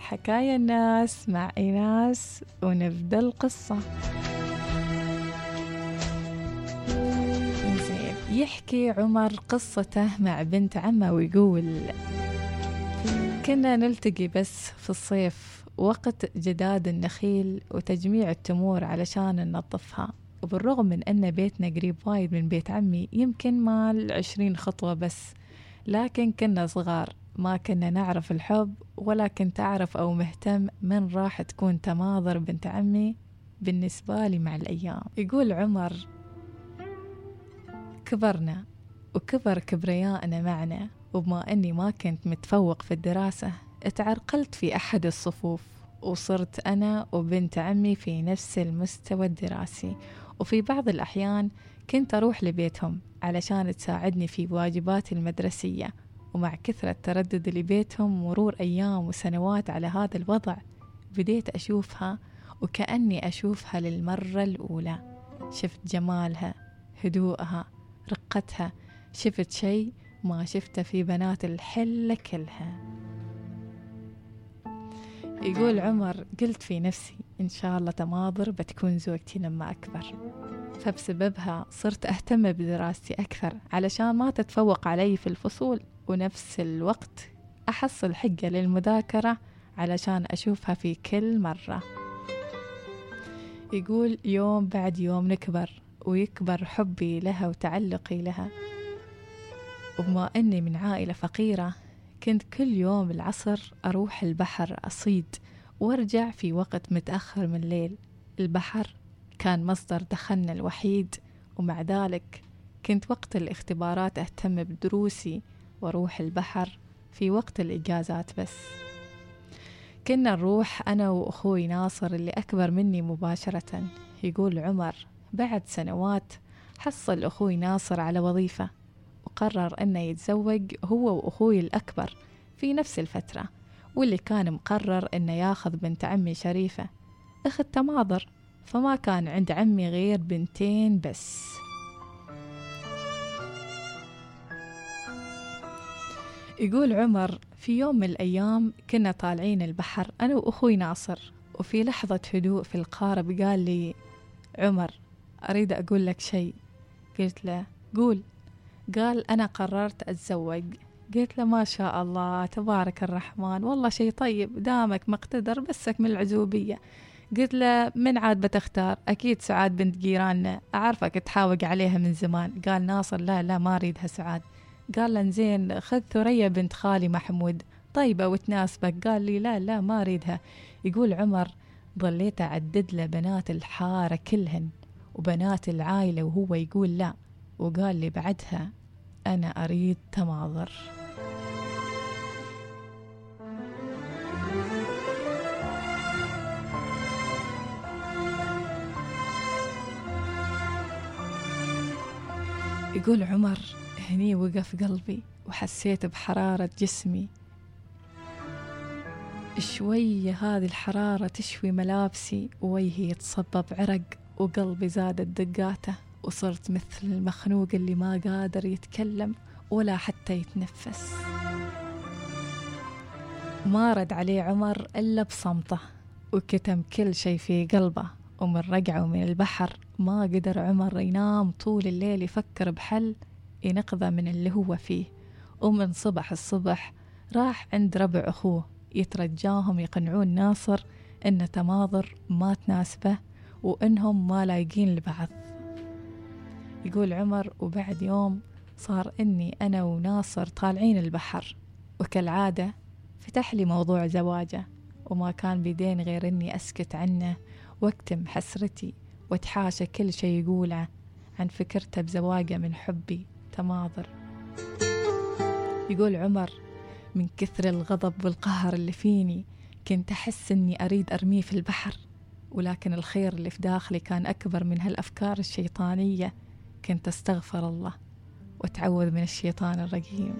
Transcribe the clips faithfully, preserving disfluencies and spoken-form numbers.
حكاية الناس مع إيناس ونبدأ القصة. زين، يحكي عمر قصته مع بنت عمه ويقول: كنا نلتقي بس في الصيف وقت جداد النخيل وتجميع التمور علشان ننظفها، وبالرغم من أن بيتنا قريب وايد من بيت عمي، يمكن مال عشرين خطوة بس، لكن كنا صغار ما كنا نعرف الحب، ولا كنت أعرف أو مهتم من راح تكون تماظر بنت عمي بالنسبة لي مع الأيام. يقول عمر: كبرنا وكبر كبرياءنا معنا، وبما أني ما كنت متفوق في الدراسة اتعرقلت في أحد الصفوف، وصرت أنا وبنت عمي في نفس المستوى الدراسي، وفي بعض الأحيان كنت أروح لبيتهم علشان تساعدني في واجباتي المدرسية. ومع كثرة تردد لبيتهم مرور أيام وسنوات على هذا الوضع، بديت أشوفها وكأني أشوفها للمرة الأولى. شفت جمالها، هدوءها، رقتها، شفت شيء ما شفته في بنات الحلة كلها. يقول عمر: قلت في نفسي إن شاء الله تماظر بتكون زوجتي لما أكبر، فبسببها صرت أهتم بدراستي أكثر علشان ما تتفوق علي في الفصول، ونفس الوقت أحصل حقة للمذاكرة علشان أشوفها في كل مرة. يقول: يوم بعد يوم نكبر ويكبر حبي لها وتعلقي لها، وبما أني من عائلة فقيرة كنت كل يوم العصر أروح البحر أصيد وارجع في وقت متأخر من الليل. البحر كان مصدر دخلنا الوحيد، ومع ذلك كنت وقت الاختبارات أهتم بدروسي واروح البحر في وقت الإجازات بس. كنا نروح أنا وأخوي ناصر اللي أكبر مني مباشرة. يقول عمر: بعد سنوات حصل أخوي ناصر على وظيفة، وقرر أنه يتزوج هو وأخوي الأكبر في نفس الفترة، واللي كان مقرر أنه ياخذ بنت عمي شريفة أخت تماظر، فما كان عند عمي غير بنتين بس. يقول عمر: في يوم من الأيام كنا طالعين البحر أنا وأخوي ناصر، وفي لحظة هدوء في القارب قال لي: عمر، أريد أقول لك شيء. قلت له: قول. قال: أنا قررت أتزوج. قلت له: ما شاء الله تبارك الرحمن، والله شيء طيب، دامك مقتدر بسك من العزوبية. قلت له: من عاد بتختار؟ أكيد سعاد بنت جيراننا، أعرفك تحاوق عليها من زمان. قال ناصر: لا لا ما أريدها سعاد. قال له: زين خذ ثريا بنت خالي محمود، طيبة وتناسبك. قال لي: لا لا ما أريدها. يقول عمر: ظليت أعدد له بنات الحارة كلهن وبنات العائلة وهو يقول لا، وقال لي بعدها: أنا أريد تماظر. يقول عمر: هني وقف قلبي وحسيت بحرارة جسمي شوية، هذه الحرارة تشوي ملابسي ووجهي يتصبب عرق وقلبي زادت دقاته، وصرت مثل المخنوق اللي ما قادر يتكلم ولا حتى يتنفس. ما رد عليه عمر إلا بصمته، وكتم كل شيء في قلبه. ومن رجعه من البحر ما قدر عمر ينام طول الليل يفكر بحل ينقذه من اللي هو فيه. ومن صبح الصبح راح عند ربع أخوه يترجاهم يقنعون ناصر إن تماظر ما تناسبه وإنهم ما لايقين لبعض. يقول عمر: وبعد يوم صار إني أنا وناصر طالعين البحر، وكالعادة فتح لي موضوع زواجه، وما كان بيدين غير إني أسكت عنه واكتم حسرتي واتحاشى كل شيء يقوله عن فكرته بزواجه من حبي تماظر. يقول عمر: من كثر الغضب والقهر اللي فيني كنت أحس إني أريد أرميه في البحر، ولكن الخير اللي في داخلي كان أكبر من هالأفكار الشيطانية. كنت أستغفر الله وأتعوذ من الشيطان الرجيم.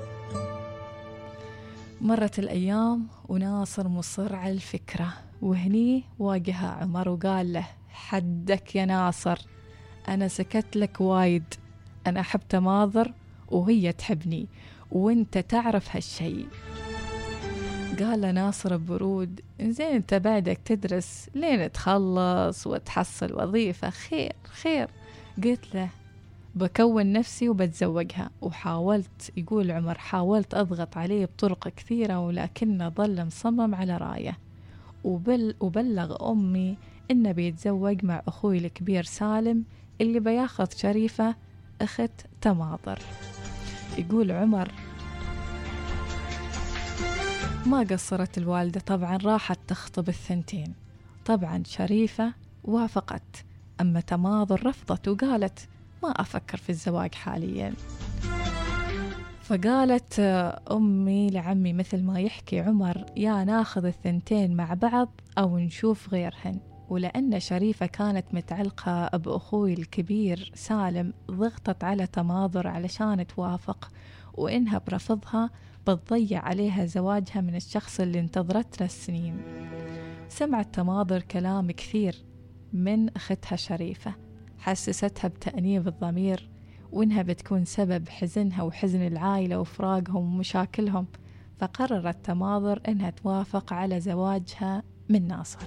مرت الأيام وناصر مصر على الفكرة، وهني واجه عمر وقال له: حدك يا ناصر، أنا سكت لك وايد، أنا أحب تماظر وهي تحبني وانت تعرف هالشي. قال له ناصر ببرود: إنزين أنت بعدك تدرس لين تخلص وتحصل وظيفة، خير خير. قلت له: بكون نفسي وبتزوجها. وحاولت، يقول عمر، حاولت أضغط عليه بطرق كثيرة ولكنه ظل مصمم على رأيه. وبل وبلغ أمي إنه بيتزوج مع أخوي الكبير سالم اللي بياخذ شريفة أخت تماضر. يقول عمر: ما قصرت الوالدة طبعا، راحت تخطب الثنتين. طبعا شريفة وافقت، أما تماضر رفضت وقالت: ما أفكر في الزواج حاليا. فقالت أمي لعمي مثل ما يحكي عمر: يا ناخذ الثنتين مع بعض أو نشوف غيرهن. ولأن شريفة كانت متعلقة بأخوي الكبير سالم، ضغطت على تماضر علشان توافق، وإنها برفضها بتضيع عليها زواجها من الشخص اللي انتظرت له السنين. سمعت تماضر كلام كثير من أختها شريفة، حسستها بتأنيب الضمير وإنها بتكون سبب حزنها وحزن العائلة وفراقهم ومشاكلهم. فقررت تماضر إنها توافق على زواجها من ناصر.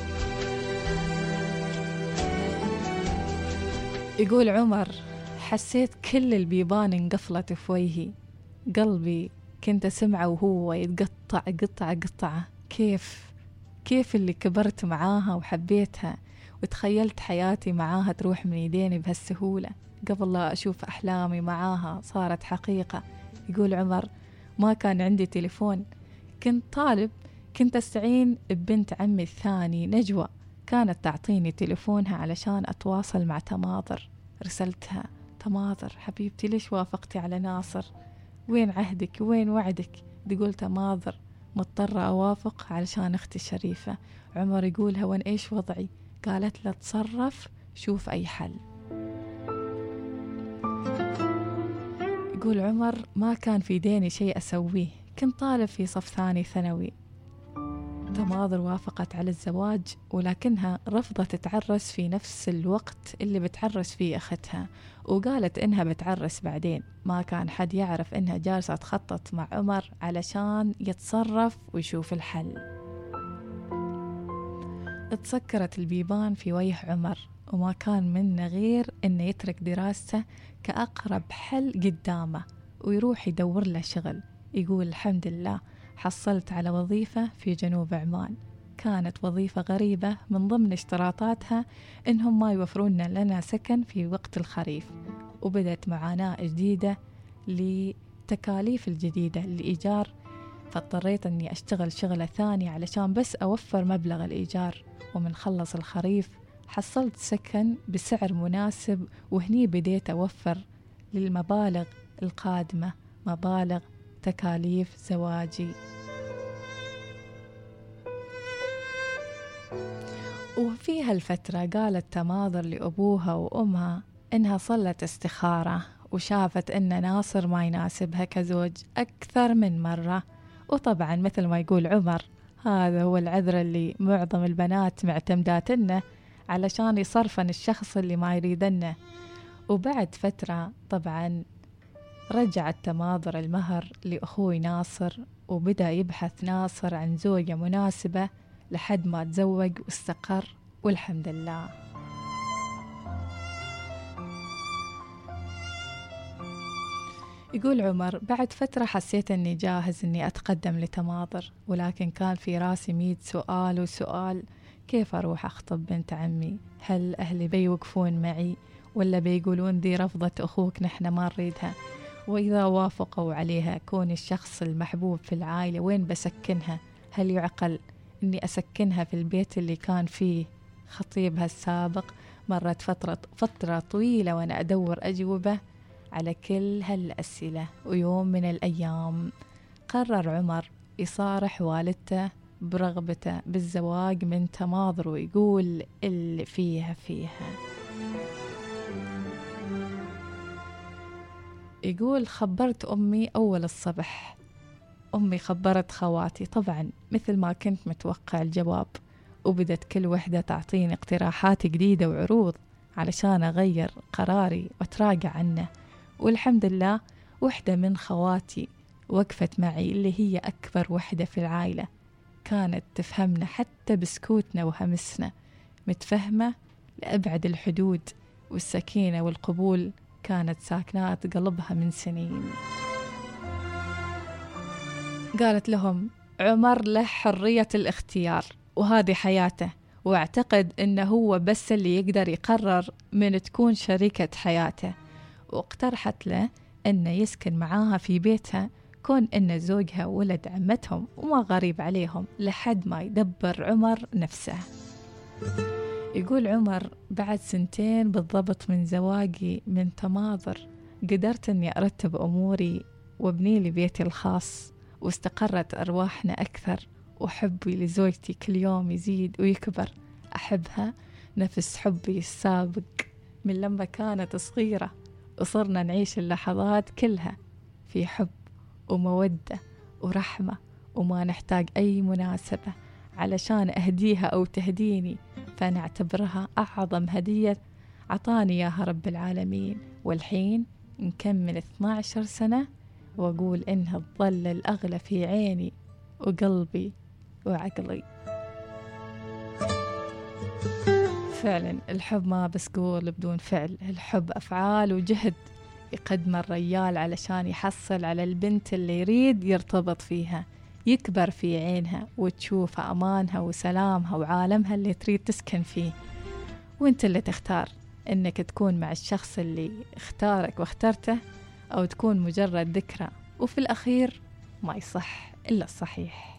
يقول عمر: حسيت كل البيبان انقفلت في وجهي، قلبي كنت أسمعه وهو يتقطع قطعة قطعة. كيف كيف اللي كبرت معاها وحبيتها وتخيلت حياتي معاها تروح من يديني بهالسهولة، قبل لا أشوف أحلامي معاها صارت حقيقة. يقول عمر: ما كان عندي تليفون، كنت طالب، كنت أستعين ببنت عمي الثاني نجوى، كانت تعطيني تليفونها علشان أتواصل مع تماضر. رسلتها: تماضر حبيبتي، ليش وافقتي على ناصر؟ وين عهدك؟ وين وعدك؟ تقول تماضر: مضطرة أوافق علشان أختي الشريفة. عمر يقول: هون إيش وضعي؟ قالت له: تصرف، شوف أي حل. يقول عمر: ما كان في ديني شيء أسويه، كنت طالب في صف ثاني ثانوي. تماضر وافقت على الزواج، ولكنها رفضت تتعرس في نفس الوقت اللي بتعرس فيه أختها، وقالت إنها بتعرس بعدين. ما كان حد يعرف إنها جالسة تخطط مع عمر علشان يتصرف ويشوف الحل. اتسكرت البيبان في وجه عمر، وما كان منه غير إنه يترك دراسته كأقرب حل قدامه ويروح يدور له شغل. يقول: الحمد لله حصلت على وظيفة في جنوب عمان، كانت وظيفة غريبة، من ضمن اشتراطاتها إنهم ما يوفرون لنا سكن في وقت الخريف. وبدت معاناة جديدة لتكاليف الجديدة للإيجار، فاضطريت أني أشتغل شغلة ثانية علشان بس أوفر مبلغ الإيجار. ومن خلص الخريف حصلت سكن بسعر مناسب، وهني بديت أوفر للمبالغ القادمة، مبالغ تكاليف زواجي. وفي هالفترة قالت تماضر لأبوها وأمها إنها صلت استخارة وشافت إن ناصر ما يناسبها كزوج أكثر من مرة. وطبعا مثل ما يقول عمر، هذا هو العذر اللي معظم البنات معتمداتنه علشان يصرفن الشخص اللي ما يريدنه. وبعد فترة طبعا رجعت تماضر المهر لأخوي ناصر، وبدأ يبحث ناصر عن زوجة مناسبة لحد ما تزوج واستقر، والحمد لله. يقول عمر: بعد فترة حسيت أني جاهز أني أتقدم لتماضر، ولكن كان في راسي مية سؤال وسؤال. كيف أروح أخطب بنت عمي؟ هل أهلي بيوقفون معي ولا بيقولون دي رفضة أخوك نحن ما نريدها؟ وإذا وافقوا عليها كون الشخص المحبوب في العائلة وين بسكنها؟ هل يعقل أني أسكنها في البيت اللي كان فيه خطيبها السابق؟ مرت فترة, فترة طويلة وأنا أدور أجوبة على كل هالأسئلة. ويوم من الأيام قرر عمر يصارح والدته برغبته بالزواج من تماضر، ويقول اللي فيها فيها. يقول: خبرت أمي أول الصبح، أمي خبرت خواتي، طبعا مثل ما كنت متوقع الجواب، وبدت كل وحدة تعطيني اقتراحات جديدة وعروض علشان أغير قراري وأتراجع عنه. والحمد لله وحدة من خواتي وقفت معي اللي هي أكبر وحدة في العائلة، كانت تفهمنا حتى بسكوتنا وهمسنا، متفهمة لأبعد الحدود، والسكينة والقبول كانت ساكنات قلبها من سنين. قالت لهم عمر له حرية الاختيار وهذه حياته، واعتقد انه هو بس اللي يقدر يقرر من تكون شريكة حياته، واقترحت له انه يسكن معاها في بيتها، كون ان زوجها ولد عمتهم وما غريب عليهم، لحد ما يدبر عمر نفسه. يقول عمر بعد سنتين بالضبط من زواجي من تماضر قدرت اني ارتب اموري وابني لي بيتي الخاص، واستقرت أرواحنا أكثر، وحبي لزوجتي كل يوم يزيد ويكبر. أحبها نفس حبي السابق من لما كانت صغيرة، وصرنا نعيش اللحظات كلها في حب ومودة ورحمة، وما نحتاج أي مناسبة علشان أهديها أو تهديني، فنعتبرها أعظم هدية عطاني إياها رب العالمين. والحين نكمل اثنتي عشرة سنة وأقول إنها تظل الأغلى في عيني وقلبي وعقلي. فعلا الحب ما بس قول بدون فعل، الحب أفعال وجهد يقدم الرجال علشان يحصل على البنت اللي يريد يرتبط فيها، يكبر في عينها وتشوف أمانها وسلامها وعالمها اللي تريد تسكن فيه. وانت اللي تختار إنك تكون مع الشخص اللي اختارك واخترته، أو تكون مجرد ذكرى، وفي الأخير ما يصح إلا الصحيح.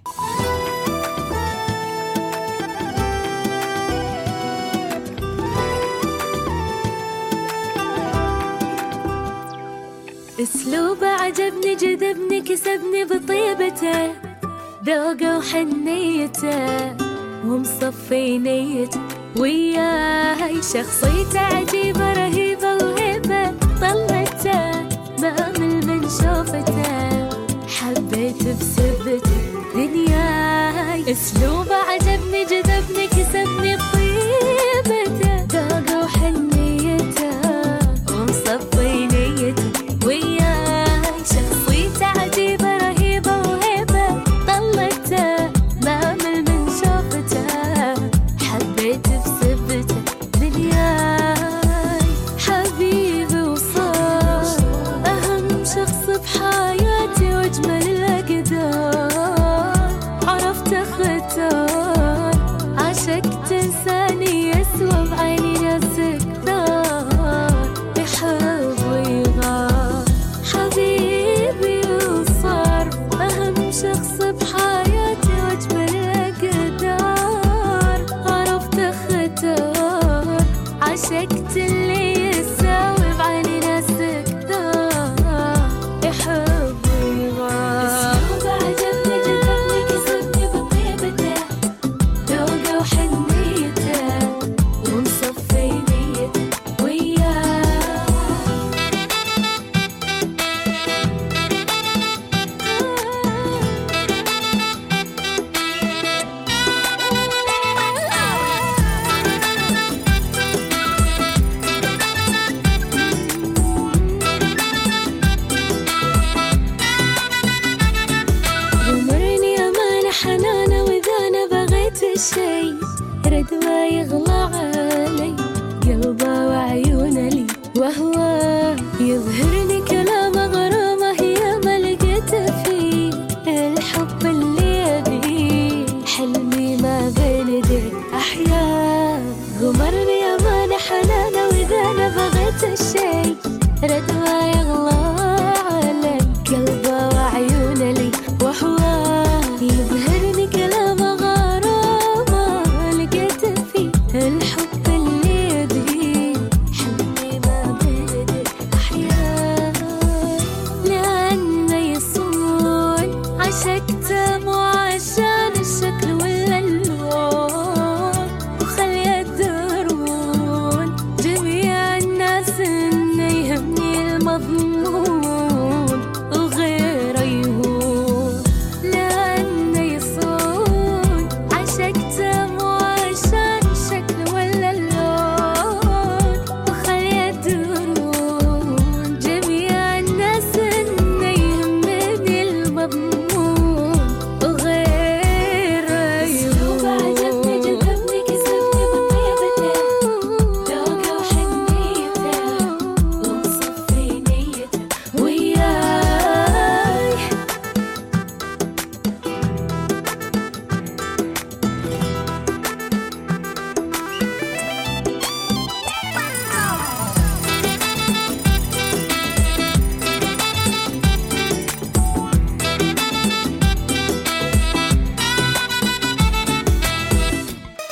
اسلوبه عجبني جذبني كسبني بطيبته، ذوقه وحنيته ومصفي نيته، وياي شخصيته عجيبة رهيبة وهيبة، طلته بأمل من شوفته، حبيت بسبته دنياي. اسلوبه